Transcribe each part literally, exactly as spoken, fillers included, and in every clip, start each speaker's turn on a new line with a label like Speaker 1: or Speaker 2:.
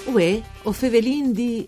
Speaker 1: Uè, o fevelin di...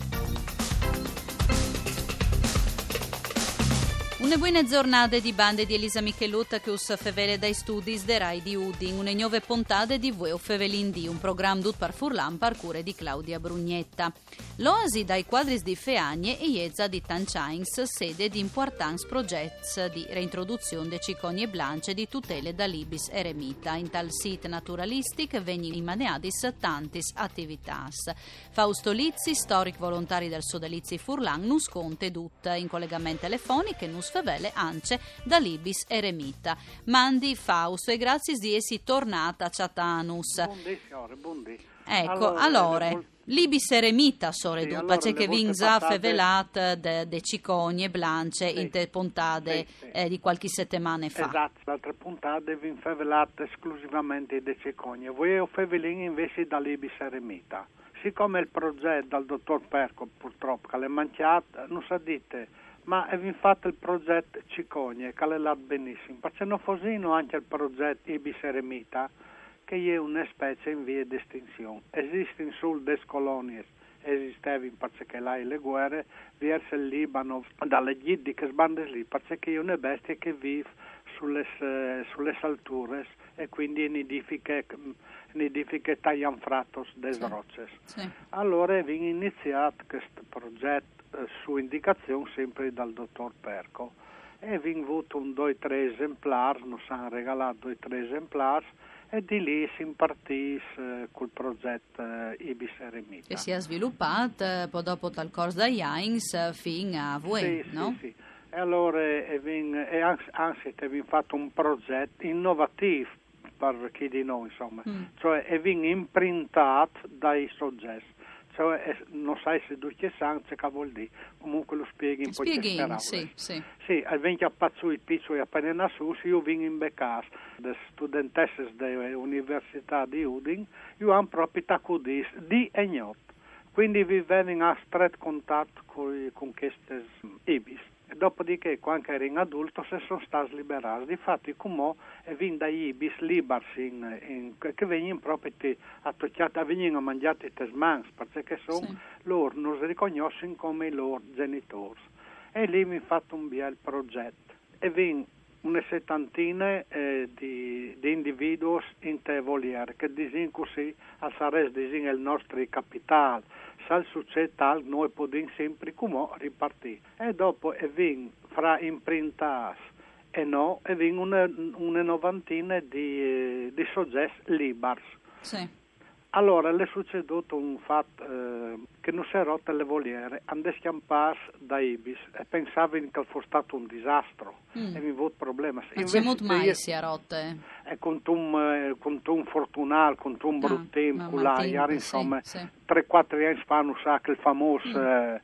Speaker 2: Une buone giornate di bande di Elisa Michelutta che us fevele dai studi de Rai di Udin, une nuove puntate di Vueo Fevelin di, un programma dut par Furlan par cure di Claudia Brugnetta. L'oasi dai quadris di Feagne e Iezza di Tanchains, sede di importanti progetti di reintroduzione de cicogne e blance di tutele da libis eremita. In tal sit naturalistic veni imaneadis tantis attivitas. Fausto Lizzi, storic volontari del Sodalizzi Furlan, nus conte dut in collegamento telefonico e nus fevele ance da libis eremita. Mandi Fausto e grazie di essi tornata a Ciatanus.
Speaker 3: Buondì, signore, buondì.
Speaker 2: Ecco, allora, allora vol- libis eremita sore sì, du, allora perché che vinza passate... fevelat de, de cicogne blance sì, in te puntate sì, sì. Eh, di qualche settimane fa.
Speaker 3: Esatto, l'altra puntata vi fevelat esclusivamente de cicogne. Voi ho fevelin invece da libis eremita. Siccome il progetto dal dottor Perco purtroppo che l'è mangiato, non sa dite, ma è fatto il progetto cicogne che l'è lato benissimo, perché non fosse anche il progetto ibis eremita, che è una specie in via di estinzione. Esistono solo delle colonie, esistevano perché là le guerre verso il Libano, dalle giddi che sbande lì, perché è una bestia che vive sulle, sulle alture e quindi nidifica, nidifica tagliano frattos delle sì. rocce. Sì. Allora viene iniziato questo progetto eh, su indicazione sempre dal dottor Perco e viene avuto un due o tre esemplari, non si hanno regalato due o tre esemplari, e di lì si impartì eh, col progetto eh, Ibis Eremita.
Speaker 2: Che si è sviluppato eh, poi dopo tal corso da Jains fino a voi,
Speaker 3: sì,
Speaker 2: no?
Speaker 3: Sì, sì. E allora e vin, e anzi, anzi abbiamo fatto un progetto innovativo per chi di noi, insomma, mm. cioè è vin imprintato dai soggetti. Cioè, è, non sai se tu che sanno che vuol dire, comunque lo spieghi in poi
Speaker 2: che speravo. Sì, sì.
Speaker 3: Sì, vengo a pazzui pizzui appena nasus, io vengo in becas de studentesse dell'Università di Udin, io ho proprio tacudis di e gnot. Quindi vi vengono a stretto contatto con, con queste ibis. E dopodiché, quando ero in adulto, se sono stati liberati. Difatti, come vengono dagli ibis liberi in, in, che vengono proprio attocchiati, vengono mangiati i smans, perché sono sì. loro, non si riconoscono come i loro genitori. E lì mi ho fatto un bel progetto. E vengono una settantina eh, di, di individui in te voliere, che dicono così, a Sares dicono il nostro capitale. Se succede tal, noi possiamo sempre come ripartire. E dopo e vin fra imprintas e no, e vin una, una novantina di, di soggetti liberi.
Speaker 2: Sì.
Speaker 3: Allora, le è succeduto un fatto eh, che non si è rotte le voliere, hanno schiampato da ibis e pensavano che fosse stato un disastro mm. e mi avuto problemi.
Speaker 2: Ma c'è molto mai si è rotte?
Speaker 3: E con un, con un fortunale, con un brutto ah, tempo, con l'aria, insomma, sì, sì. tre quattro anni fa non sa che il famoso mm. eh,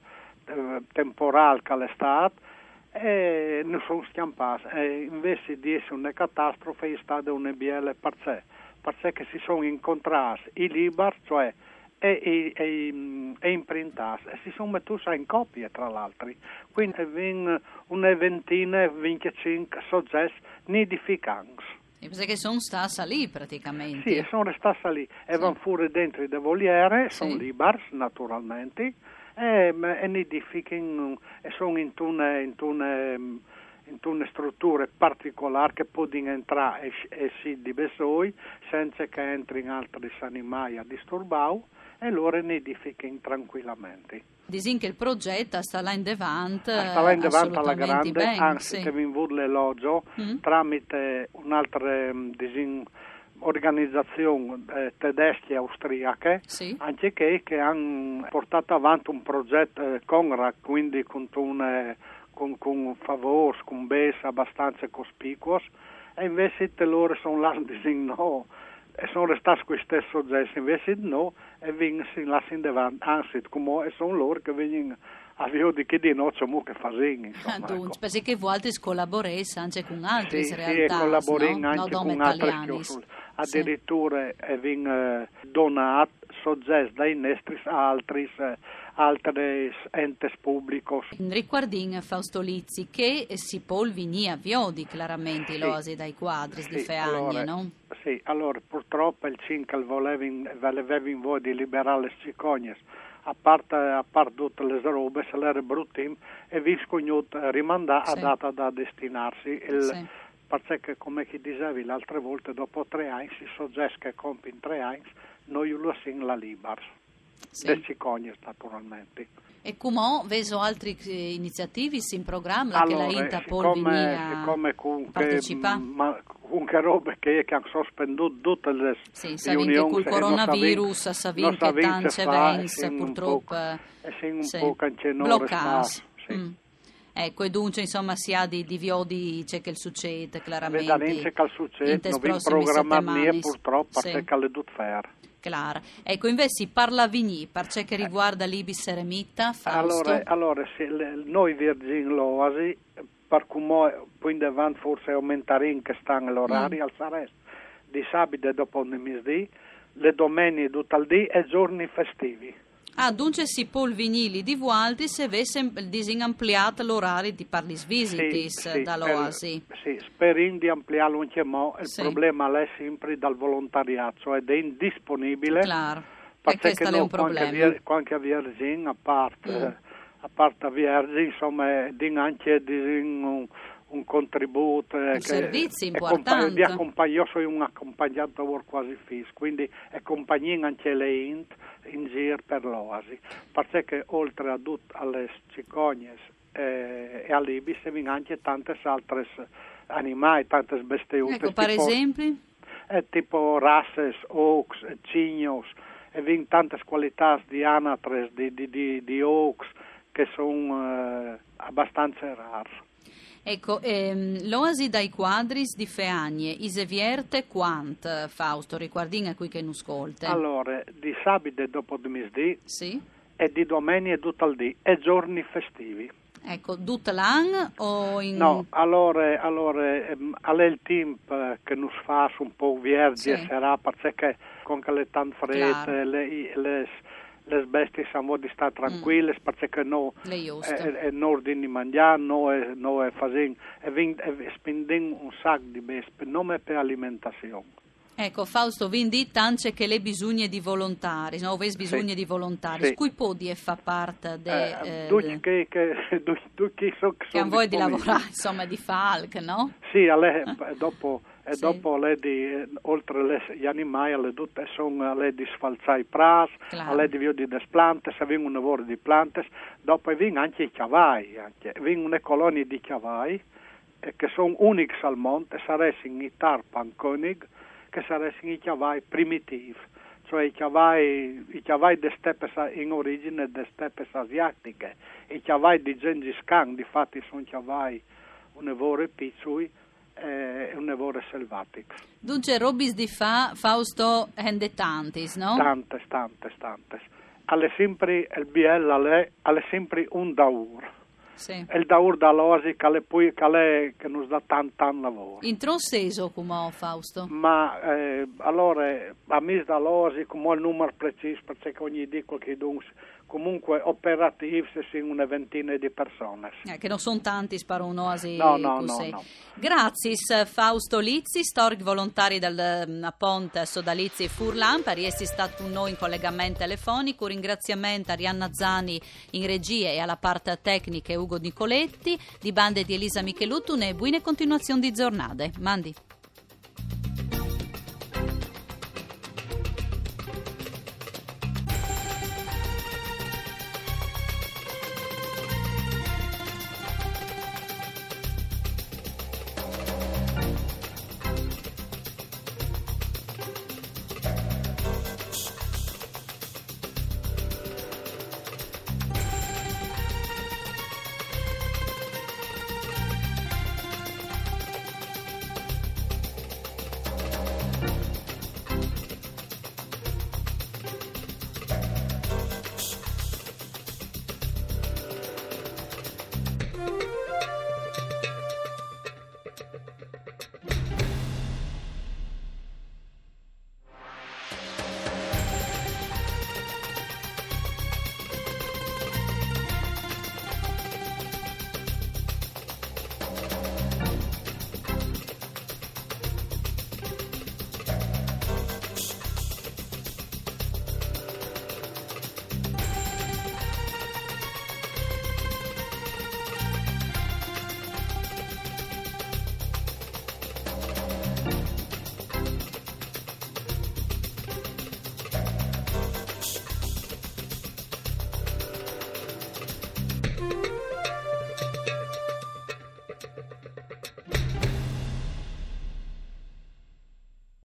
Speaker 3: temporale che è stato, e non sono schiampati. E invece di essere una catastrofe è stata una bella pazzesca. Perché si sono incontrati i liberi, cioè e, e, e, e imprintati, e si sono messi in coppia tra l'altro. Quindi vengono una ventina, venticinque soggetti nidificanti.
Speaker 2: E perché sono stati lì praticamente?
Speaker 3: Sì, sono restati lì. E sì. Vanno fuori dentro le voliere, sì. sono liberi naturalmente, e, e nidificano, e sono in una... In una in una struttura particolare che possono entrare e, e si di besoi senza che entrino altri animali a disturbare e loro nidificano tranquillamente.
Speaker 2: Disin che il progetto sta là in davanti
Speaker 3: sta là in davanti alla grande,
Speaker 2: ben,
Speaker 3: anzi
Speaker 2: sì.
Speaker 3: che mi vuole l'elogio mm. tramite un'altra disin, organizzazione eh, tedesche e austriache
Speaker 2: sì.
Speaker 3: anche che, che hanno portato avanti un progetto eh, Conrad, quindi con un con, con favore, con base abbastanza cospicuos, e invece te loro sono là dicono no, e sono restati questi stessi soggetti, invece no, e vengono lasciati davanti, anzi, come e sono loro che vengono a vedere di che di no c'è mo che fanno, insomma.
Speaker 2: Ah, ecco. Perché che volte collaborare anche con altre
Speaker 3: sì,
Speaker 2: realtà,
Speaker 3: sì, collaborare
Speaker 2: no?
Speaker 3: anche
Speaker 2: no,
Speaker 3: con altre addirittura sì. vengono donati soggetti dai nostri a altri altri entes pubblicos.
Speaker 2: Riguardin Fausto Lizzi, che si può venire a viodi chiaramente
Speaker 3: sì.
Speaker 2: l'oasi dai quadri
Speaker 3: sì,
Speaker 2: di Feagne,
Speaker 3: allora,
Speaker 2: no?
Speaker 3: sì, allora purtroppo il cinque voleva in, aveva in voi di liberare le cicogne, a parte, a parte tutte le robe, se l'era brutto e vi scognut rimandare
Speaker 2: sì.
Speaker 3: a data da destinarsi. Il,
Speaker 2: sì.
Speaker 3: Perché come chi dicevi l'altra volta, dopo tre anni, si soggetti che compi in tre anni, noi lo sin la libars,
Speaker 2: sì.
Speaker 3: le cicogne naturalmente.
Speaker 2: E come veso altre eh, iniziative in programma
Speaker 3: Allora,
Speaker 2: che la Inta
Speaker 3: siccome,
Speaker 2: poi a
Speaker 3: siccome comunque,
Speaker 2: partecipa?
Speaker 3: Ma, comunque robe che, che hanno sospenduto tutte le
Speaker 2: sì, riunioni che col coronavirus sa che tante events purtroppo
Speaker 3: e sono un
Speaker 2: sì,
Speaker 3: po' cancenore
Speaker 2: bloccati.
Speaker 3: sì.
Speaker 2: Mm. Ecco, e dunque insomma si ha di, di viodi c'è che il succede chiaramente.
Speaker 3: Vedete che il succede, non vi programmare purtroppo
Speaker 2: sì.
Speaker 3: perché le dut fare.
Speaker 2: Claro. Ecco, invece si parla vigni, per ciò che riguarda l'Ibis Eremita, Fausto.
Speaker 3: Allora, allora sì, le, noi Virgin Loasi, per cui poi in avanti forse aumentare che stanno l'orario, mm. al sarest di sabato e dopo il misdì, le domeniche tutto il dì e giorni festivi.
Speaker 2: Ah, dunque si può il vinili di Vualdi se avesse disampliato l'orario di parli visitis
Speaker 3: sì, sì,
Speaker 2: dall'Oasi.
Speaker 3: Per, sì, sperando di ampliarlo anche mo, il
Speaker 2: sì.
Speaker 3: problema è sempre dal volontariato ed è indisponibile.
Speaker 2: Claro, e questo è un problema.
Speaker 3: Anche a Virgin, a parte,
Speaker 2: mm.
Speaker 3: a parte a Virgin, insomma, di anche di un, un contributo.
Speaker 2: Un
Speaker 3: che
Speaker 2: servizio
Speaker 3: è,
Speaker 2: importante.
Speaker 3: È compagn- io sono un accompagnatore quasi fisso, quindi è compagnia anche le int in giro per l'Oasi, perché oltre a tutte alle cicogne eh, e all'Ibis vi anche tante altre animali, tante bestiute.
Speaker 2: Ecco, per
Speaker 3: tipo,
Speaker 2: esempio?
Speaker 3: Eh, tipo rasses, oaks, cignos, e vi tante qualità di anatres, di, di, di, di oaks, che sono eh, abbastanza rare.
Speaker 2: Ecco, ehm, l'Oasi dai quadris di Feagne, Isevierte quant, Fausto, riguardin a qui che non ascolte.
Speaker 3: Allora, di sabato dopo di misdì
Speaker 2: sì.
Speaker 3: e di domenica tutto il dì e giorni festivi.
Speaker 2: Ecco, tutto l'anno o in...
Speaker 3: No, allora, allora ehm, è il tempo che nos fa un po' vierge
Speaker 2: sì.
Speaker 3: sarà perché con le tante fredde, le, le, le bestie siamo di stare tranquille mm. perché no è, è in ordine di mangiare, no è, no è facendo e spendendo un sacco di bestie, non è per alimentazione.
Speaker 2: Ecco, Fausto, vi indite anche che le bisogna di volontari, no? Avete bisogno sì. di volontari, sì. cui può di fa parte de,
Speaker 3: eh, eh, che, che, du, du, che, so, che,
Speaker 2: che a voi di lavorare, insomma, di falc, no?
Speaker 3: Sì, a lei, dopo, e
Speaker 2: sì.
Speaker 3: dopo lei di, oltre gli animali, alle tutte sono lei di sfalzare i pras, a lei di via di des plantes, se vengono un lavoro di plantes, dopo vengono anche i cavalli, anche, vengono le colonie di cavalli, eh, che sono unici al mondo, e sarebbero i Tarpankönig, che sarebbero i cavalli primitivi, cioè i cavalli, i cavalli de steppe in origine de steppe asiatiche, i cavalli di Gengis Khan, di fatti sono cavalli un'evore piccoli e un'evore selvatici.
Speaker 2: Dunque, robis di fa, Fausto, hende tantis, no?
Speaker 3: Tantes, tantes, tantes. Alle sempre, il B L alle, alle sempre un daur.
Speaker 2: Sì.
Speaker 3: Il daur dall'Oasi che, le, poi, che, le, che nos dà tanto tan lavoro.
Speaker 2: In trosseso come Fausto?
Speaker 3: Ma eh, allora a me dall'Oasi come il numero preciso perché ogni di qualche dunque comunque operativi se sono una ventina di persone.
Speaker 2: Eh, che non sono tanti per un Oasi.
Speaker 3: No, no, no, no.
Speaker 2: Grazie Fausto Lizzi, storico volontario del Ponte Sodalizzi Furlan, per essere stato con noi in collegamento telefonico. Un ringraziamento a Arianna Zani in regia e alla parte tecnica Ugo Nicoletti, di bande di Elisa Michelutun e buone continuazioni di giornate. Mandi.